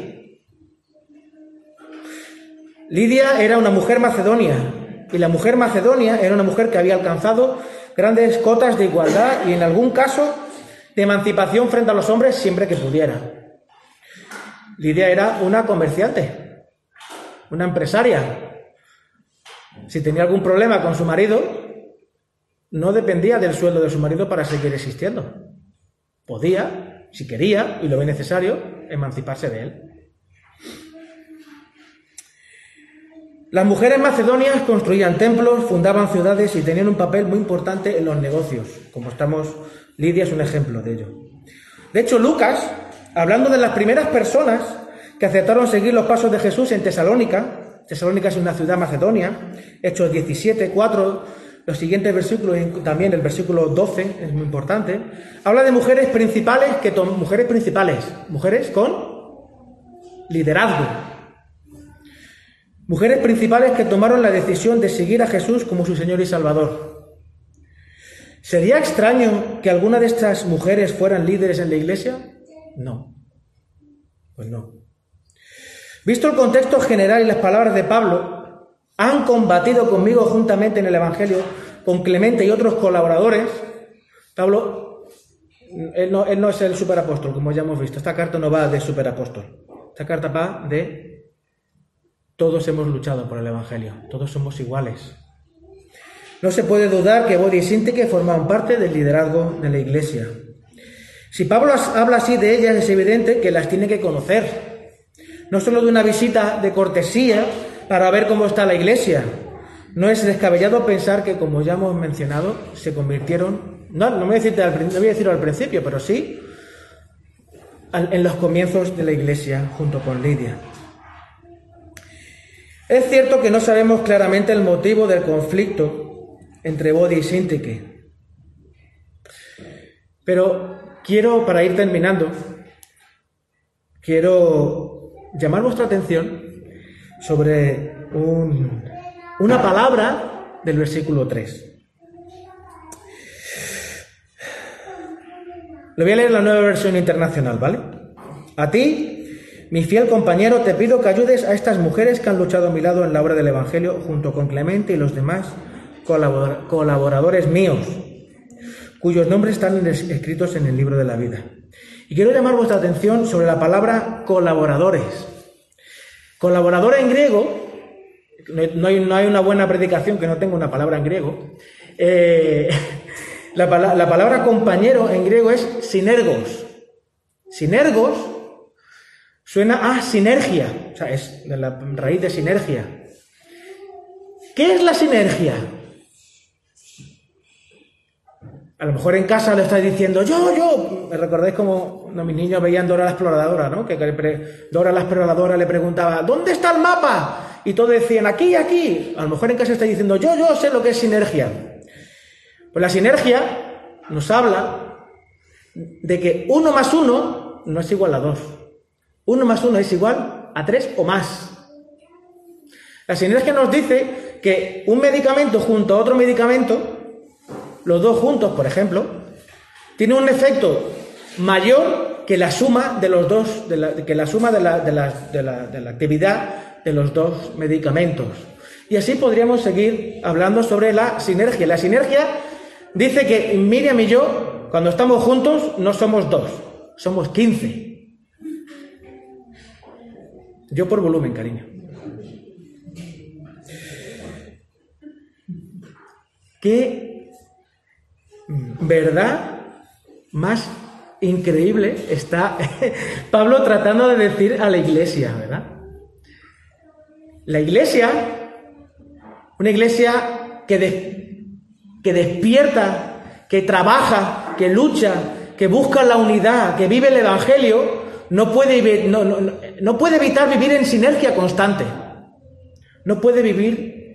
Lidia era una mujer macedonia, y la mujer macedonia era una mujer que había alcanzado grandes cotas de igualdad y en algún caso de emancipación frente a los hombres siempre que pudiera. Lidia era una comerciante, una empresaria. Si tenía algún problema con su marido, no dependía del sueldo de su marido para seguir existiendo. Podía, si quería, y lo ve necesario, emanciparse de él. Las mujeres macedonias construían templos, fundaban ciudades y tenían un papel muy importante en los negocios. Como estamos, Lidia es un ejemplo de ello. De hecho, Lucas, hablando de las primeras personas que aceptaron seguir los pasos de Jesús en Tesalónica, Tesalónica es una ciudad macedonia, Hechos diecisiete, cuatro, los siguientes versículos, también el versículo doce, es muy importante, habla de mujeres principales, que to- mujeres principales, mujeres con liderazgo, mujeres principales que tomaron la decisión de seguir a Jesús como su Señor y Salvador. ¿Sería extraño que alguna de estas mujeres fueran líderes en la Iglesia? No, pues no. Visto el contexto general y las palabras de Pablo, han combatido conmigo juntamente en el Evangelio con Clemente y otros colaboradores. Pablo, él no, él no es el superapóstol, como ya hemos visto. Esta carta no va de superapóstol. Esta carta va de todos hemos luchado por el Evangelio, todos somos iguales. No se puede dudar que Evodia y Síntique formaban parte del liderazgo de la Iglesia. Si Pablo habla así de ellas, es evidente que las tiene que conocer. No solo de una visita de cortesía para ver cómo está la Iglesia. No es descabellado pensar que, como ya hemos mencionado, se convirtieron, no, no, me voy a decir al, no voy a decirlo al principio, pero sí al, en los comienzos de la Iglesia junto con Lidia. Es cierto que no sabemos claramente el motivo del conflicto entre Evodia y Síntique. Pero quiero, para ir terminando, quiero llamar vuestra atención sobre un, una palabra del versículo tres. Lo voy a leer en la Nueva Versión Internacional, ¿vale? A ti, mi fiel compañero, te pido que ayudes a estas mujeres que han luchado a mi lado en la obra del Evangelio, junto con Clemente y los demás colabor- colaboradores míos, cuyos nombres están escritos en el libro de la vida. Y quiero llamar vuestra atención sobre la palabra colaboradores. Colaborador en griego, no hay, no hay una buena predicación que no tenga una palabra en griego. Eh, la, la palabra compañero en griego es sinergos. Sinergos suena a sinergia, o sea, es de la raíz de sinergia. ¿Qué es la sinergia? A lo mejor en casa le estáis diciendo, yo, yo. Me recordáis como cuando mis niños veían Dora la Exploradora, ¿no? Que Dora la Exploradora le preguntaba, ¿dónde está el mapa? Y todos decían, aquí, aquí. A lo mejor en casa estáis diciendo, yo, yo sé lo que es sinergia. Pues la sinergia nos habla de que uno más uno no es igual a dos. Uno más uno es igual a tres o más. La sinergia nos dice que un medicamento junto a otro medicamento, los dos juntos, por ejemplo, tiene un efecto mayor que la suma de los dos, de la, que la suma de la, de, la, de, la, de la actividad de los dos medicamentos. Y así podríamos seguir hablando sobre la sinergia. La sinergia dice que Miriam y yo, cuando estamos juntos, no somos dos, somos quince. Yo por volumen, cariño. ¿Qué verdad más increíble está Pablo tratando de decir a la iglesia, ¿verdad? La iglesia, una iglesia que, de, que despierta, que trabaja, que lucha, que busca la unidad, que vive el Evangelio, no puede, no, no, no puede evitar vivir en sinergia constante. No puede vivir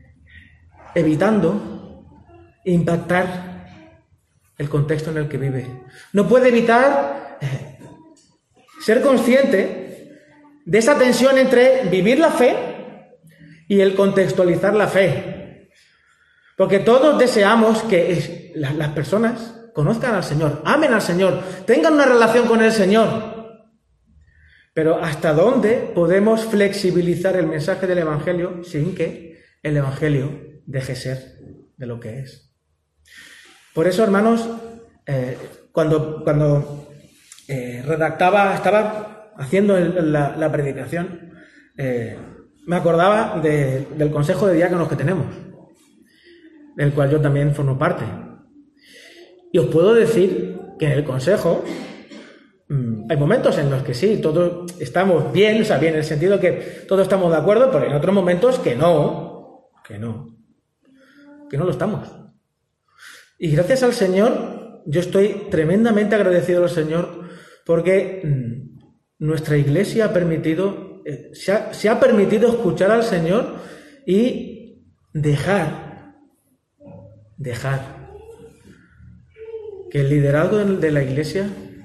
evitando impactar el contexto en el que vive. No puede evitar eh, ser consciente de esa tensión entre vivir la fe y el contextualizar la fe. Porque todos deseamos que es, la, las personas conozcan al Señor, amen al Señor, tengan una relación con el Señor. Pero ¿hasta dónde podemos flexibilizar el mensaje del Evangelio sin que el Evangelio deje ser de lo que es? Por eso, hermanos, eh, cuando, cuando eh, redactaba, estaba haciendo el, la, la predicación, eh, me acordaba de, del consejo de diáconos que tenemos, del cual yo también formo parte. Y os puedo decir que en el consejo mmm, hay momentos en los que sí, todos estamos bien, o sea, bien en el sentido que todos estamos de acuerdo, pero en otros momentos que no, que no, que no lo estamos. Y gracias al Señor, yo estoy tremendamente agradecido al Señor porque mmm, nuestra iglesia ha permitido, eh, se, ha, se ha permitido escuchar al Señor y dejar, dejar que el liderazgo de la iglesia,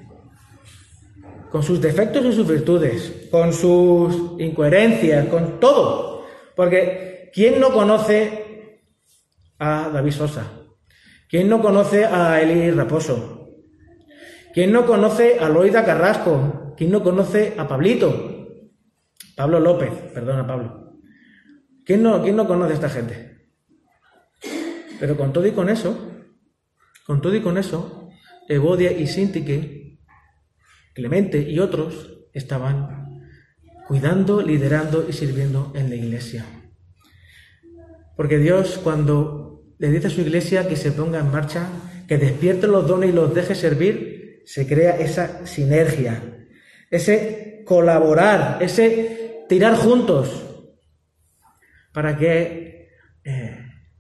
con sus defectos y sus virtudes, con sus incoherencias, con todo, porque ¿quién no conoce a David Sosa? ¿Quién no conoce a Eli Raposo? ¿Quién no conoce a Loida Carrasco? ¿Quién no conoce a Pablito? Pablo López, perdona Pablo. ¿Quién no, quién no conoce a esta gente? Pero con todo y con eso, con todo y con eso, Evodia y Sintique, Clemente y otros estaban cuidando, liderando y sirviendo en la iglesia. Porque Dios, cuando le dice a su iglesia que se ponga en marcha, que despierte los dones y los deje servir, se crea esa sinergia, ese colaborar, ese tirar juntos, para que eh,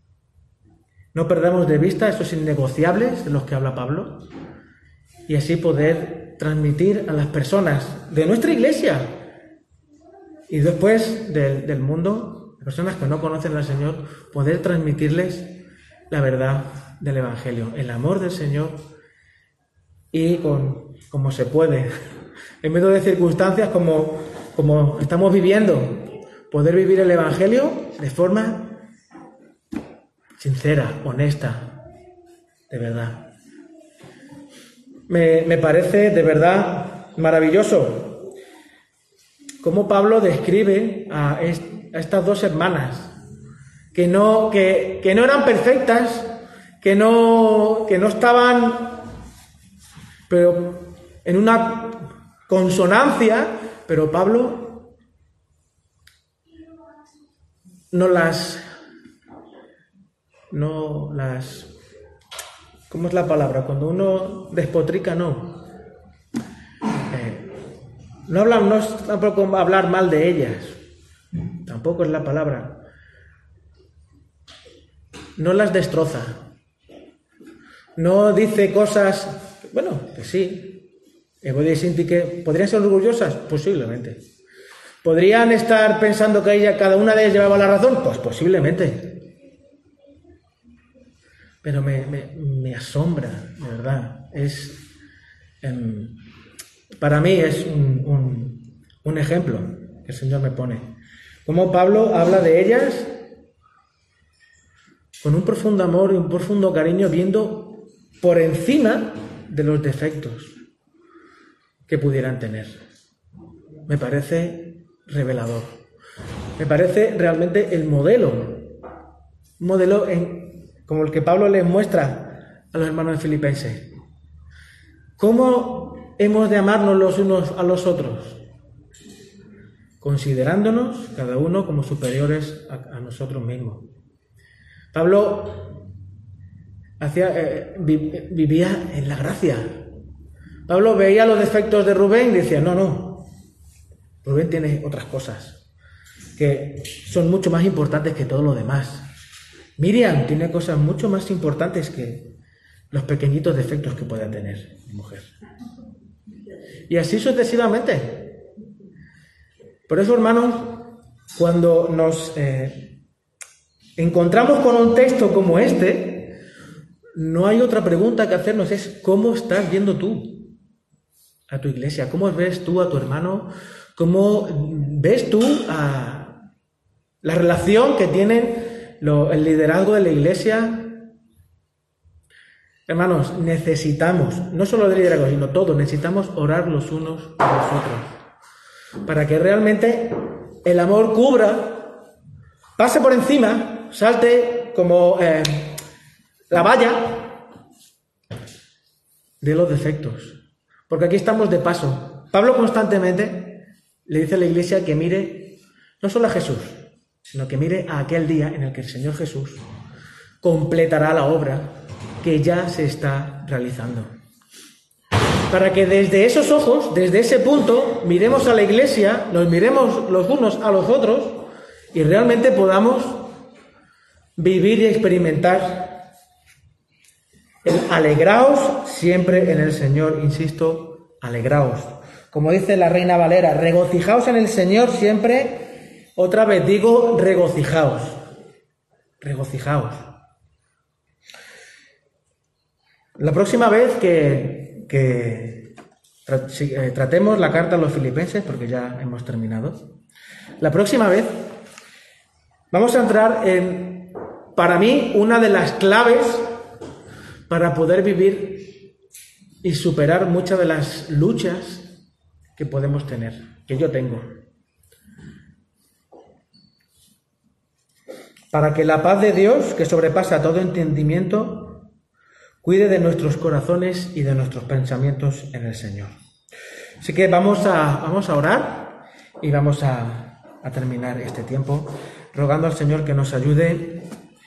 no perdamos de vista esos innegociables de los que habla Pablo, y así poder transmitir a las personas de nuestra iglesia y después del, del mundo, personas que no conocen al Señor, poder transmitirles la verdad del Evangelio, el amor del Señor, y con como se puede, en medio de circunstancias como, como estamos viviendo, poder vivir el Evangelio de forma sincera, honesta, de verdad. me, me parece de verdad maravilloso cómo Pablo describe a, est, a estas dos hermanas que no, que, que no eran perfectas, que no, que no estaban pero en una consonancia, pero Pablo no las no las ¿cómo es la palabra? Cuando uno despotrica, no eh, no hablan, no es tampoco hablar mal de ellas, tampoco es la palabra, no las destroza, no dice cosas, bueno, que sí, que podrían ser orgullosas, posiblemente. ¿Podrían estar pensando que ella, cada una de ellas llevaba la razón? Pues posiblemente. Pero me, me, me asombra, de verdad. Es, eh, para mí es un, un, un ejemplo que el Señor me pone. Como Pablo habla de ellas con un profundo amor y un profundo cariño, viendo por encima de los defectos que pudieran tener. Me parece revelador. Me parece realmente el modelo, un modelo en, como el que Pablo les muestra a los hermanos de Filipenses. ¿Cómo hemos de amarnos los unos a los otros? Considerándonos cada uno como superiores a, a nosotros mismos. Pablo hacía, eh, vi, vivía en la gracia. Pablo veía los defectos de Rubén y decía, no, no, Rubén tiene otras cosas que son mucho más importantes que todo lo demás. Miriam tiene cosas mucho más importantes que los pequeñitos defectos que pueda tener mi mujer. Y así sucesivamente. Por eso, hermanos, cuando nos eh, encontramos con un texto como este, no hay otra pregunta que hacernos, es ¿cómo estás viendo tú a tu iglesia? ¿Cómo ves tú a tu hermano? ¿Cómo ves tú a la relación que tienen lo, el liderazgo de la iglesia? Hermanos, necesitamos, no solo el liderazgo, sino todos, necesitamos orar los unos por los otros, para que realmente el amor cubra, pase por encima, salte como eh, la valla de los defectos. Porque aquí estamos de paso. Pablo constantemente le dice a la iglesia que mire no solo a Jesús, sino que mire a aquel día en el que el Señor Jesús completará la obra que ya se está realizando. Para que desde esos ojos, desde ese punto, miremos a la iglesia, nos miremos los unos a los otros y realmente podamos vivir y experimentar el alegraos siempre en el Señor, insisto, alegraos. Como dice la Reina Valera, regocijaos en el Señor siempre, otra vez digo, regocijaos, regocijaos. La próxima vez que, que tratemos la carta a los filipenses, porque ya hemos terminado, la próxima vez vamos a entrar en, para mí, una de las claves para poder vivir y superar muchas de las luchas que podemos tener, que yo tengo. Para que la paz de Dios, que sobrepasa todo entendimiento, cuide de nuestros corazones y de nuestros pensamientos en el Señor. Así que vamos a, vamos a orar y vamos a, a terminar este tiempo rogando al Señor que nos ayude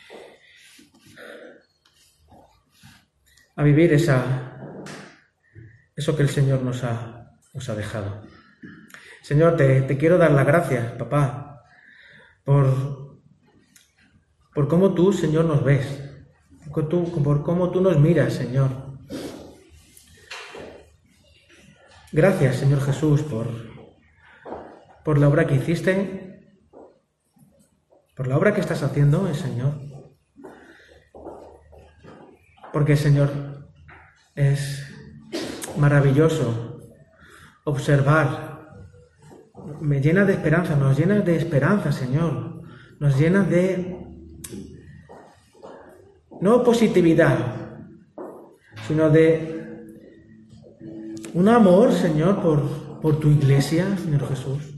a vivir esa, eso que el Señor nos ha, nos ha dejado. Señor, te, te quiero dar las gracias, papá, por, por cómo tú, Señor, nos ves, por, tú, por cómo tú nos miras, Señor. Gracias, Señor Jesús, por, por la obra que hiciste, por la obra que estás haciendo, Señor. Porque, Señor, es maravilloso observar, me llena de esperanza, nos llena de esperanza, Señor, nos llena de, no positividad, sino de un amor, Señor, por, por tu iglesia, Señor Jesús.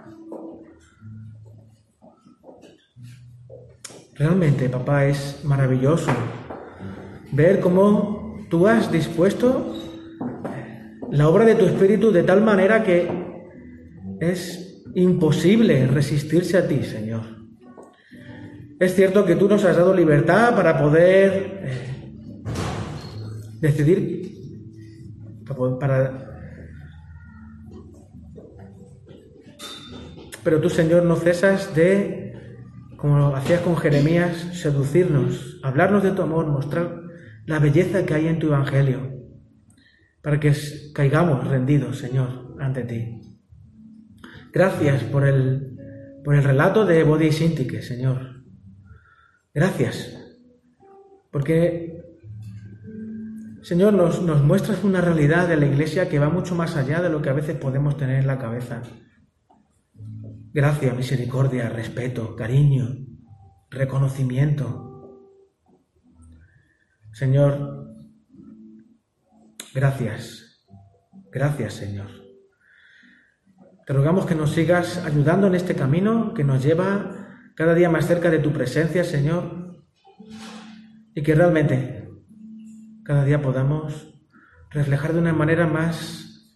Realmente, papá, es maravilloso ver cómo tú has dispuesto la obra de tu Espíritu de tal manera que es imposible resistirse a ti, Señor. Es cierto que tú nos has dado libertad para poder eh, decidir, para... Pero tú, Señor, no cesas de, como lo hacías con Jeremías, seducirnos, hablarnos de tu amor, mostrar la belleza que hay en tu Evangelio, para que caigamos rendidos, Señor, ante ti. Gracias por el, por el relato de Bodi y Sintique, Señor. Gracias, porque, Señor, nos, nos muestras una realidad de la Iglesia que va mucho más allá de lo que a veces podemos tener en la cabeza. Gracia, misericordia, respeto, cariño, reconocimiento. Señor, gracias, gracias, Señor. Te rogamos que nos sigas ayudando en este camino que nos lleva cada día más cerca de tu presencia, Señor, y que realmente cada día podamos reflejar de una manera más,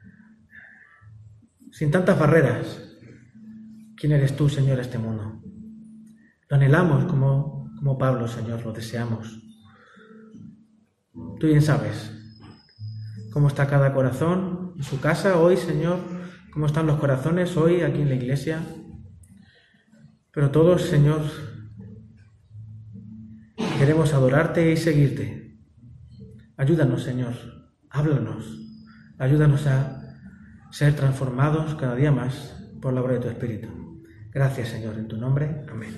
sin tantas barreras, quién eres tú, Señor, a este mundo. Lo anhelamos como, como Pablo, Señor, lo deseamos. Tú bien sabes cómo está cada corazón en su casa hoy, Señor, cómo están los corazones hoy aquí en la iglesia. Pero todos, Señor, queremos adorarte y seguirte. Ayúdanos, Señor, háblanos, ayúdanos a ser transformados cada día más por la obra de tu Espíritu. Gracias, Señor, en tu nombre. Amén.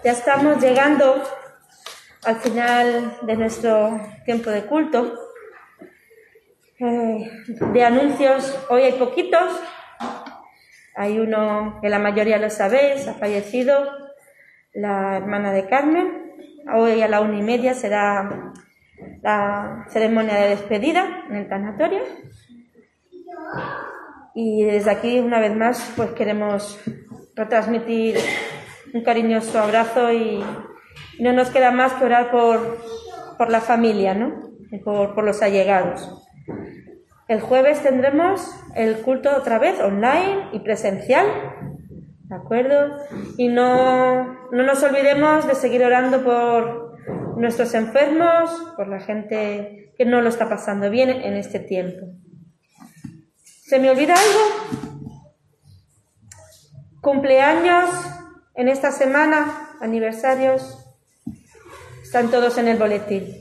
Ya estamos llegando al final de nuestro tiempo de culto. Eh, de anuncios, hoy hay poquitos. Hay uno que la mayoría lo sabéis, ha fallecido, la hermana de Carmen. Hoy a la una y media será la ceremonia de despedida en el tanatorio. Y desde aquí, una vez más, pues queremos retransmitir un cariñoso abrazo y, y no nos queda más que orar por, por la familia, ¿no? Y por, por los allegados. El jueves tendremos el culto otra vez online y presencial, ¿de acuerdo? Y no, no nos olvidemos de seguir orando por nuestros enfermos, por la gente que no lo está pasando bien en este tiempo. ¿Se me olvida algo? Cumpleaños en esta semana, aniversarios, están todos en el boletín.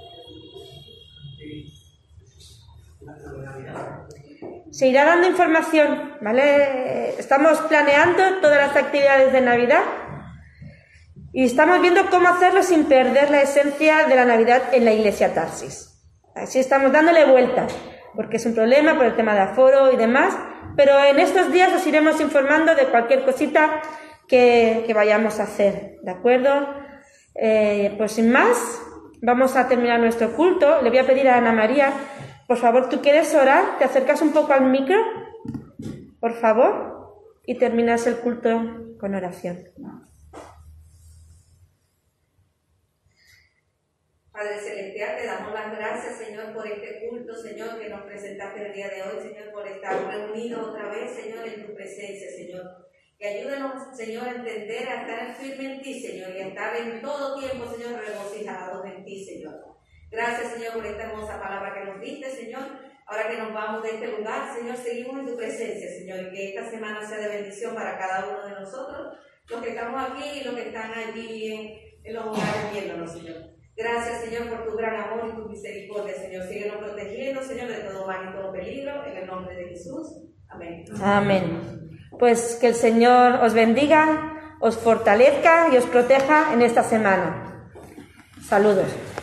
Se irá dando información, ¿vale? Estamos planeando todas las actividades de Navidad y estamos viendo cómo hacerlo sin perder la esencia de la Navidad en la iglesia Tarsis. Así estamos dándole vueltas, porque es un problema por el tema de aforo y demás, pero en estos días os iremos informando de cualquier cosita que, que vayamos a hacer, ¿de acuerdo? Eh, pues sin más, vamos a terminar nuestro culto. Le voy a pedir a Ana María, por favor, ¿tú quieres orar? ¿Te acercas un poco al micro? Por favor. Y terminas el culto con oración. Padre Celestial, te damos las gracias, Señor, por este culto, Señor, que nos presentaste el día de hoy, Señor, por estar reunidos otra vez, Señor, en tu presencia, Señor. Que ayúdenos, Señor, a entender, a estar firme en ti, Señor, y a estar en todo tiempo, Señor, regocijados en ti, Señor. Gracias, Señor, por esta hermosa palabra que nos diste, Señor. Ahora que nos vamos de este lugar, Señor, seguimos en tu presencia, Señor, y que esta semana sea de bendición para cada uno de nosotros, los que estamos aquí y los que están allí en, en los hogares viéndonos, Señor. Gracias, Señor, por tu gran amor y tu misericordia, Señor. Síguenos protegiendo, Señor, de todo mal y todo peligro, en el nombre de Jesús. Amén. Amén. Pues que el Señor os bendiga, os fortalezca y os proteja en esta semana. Saludos.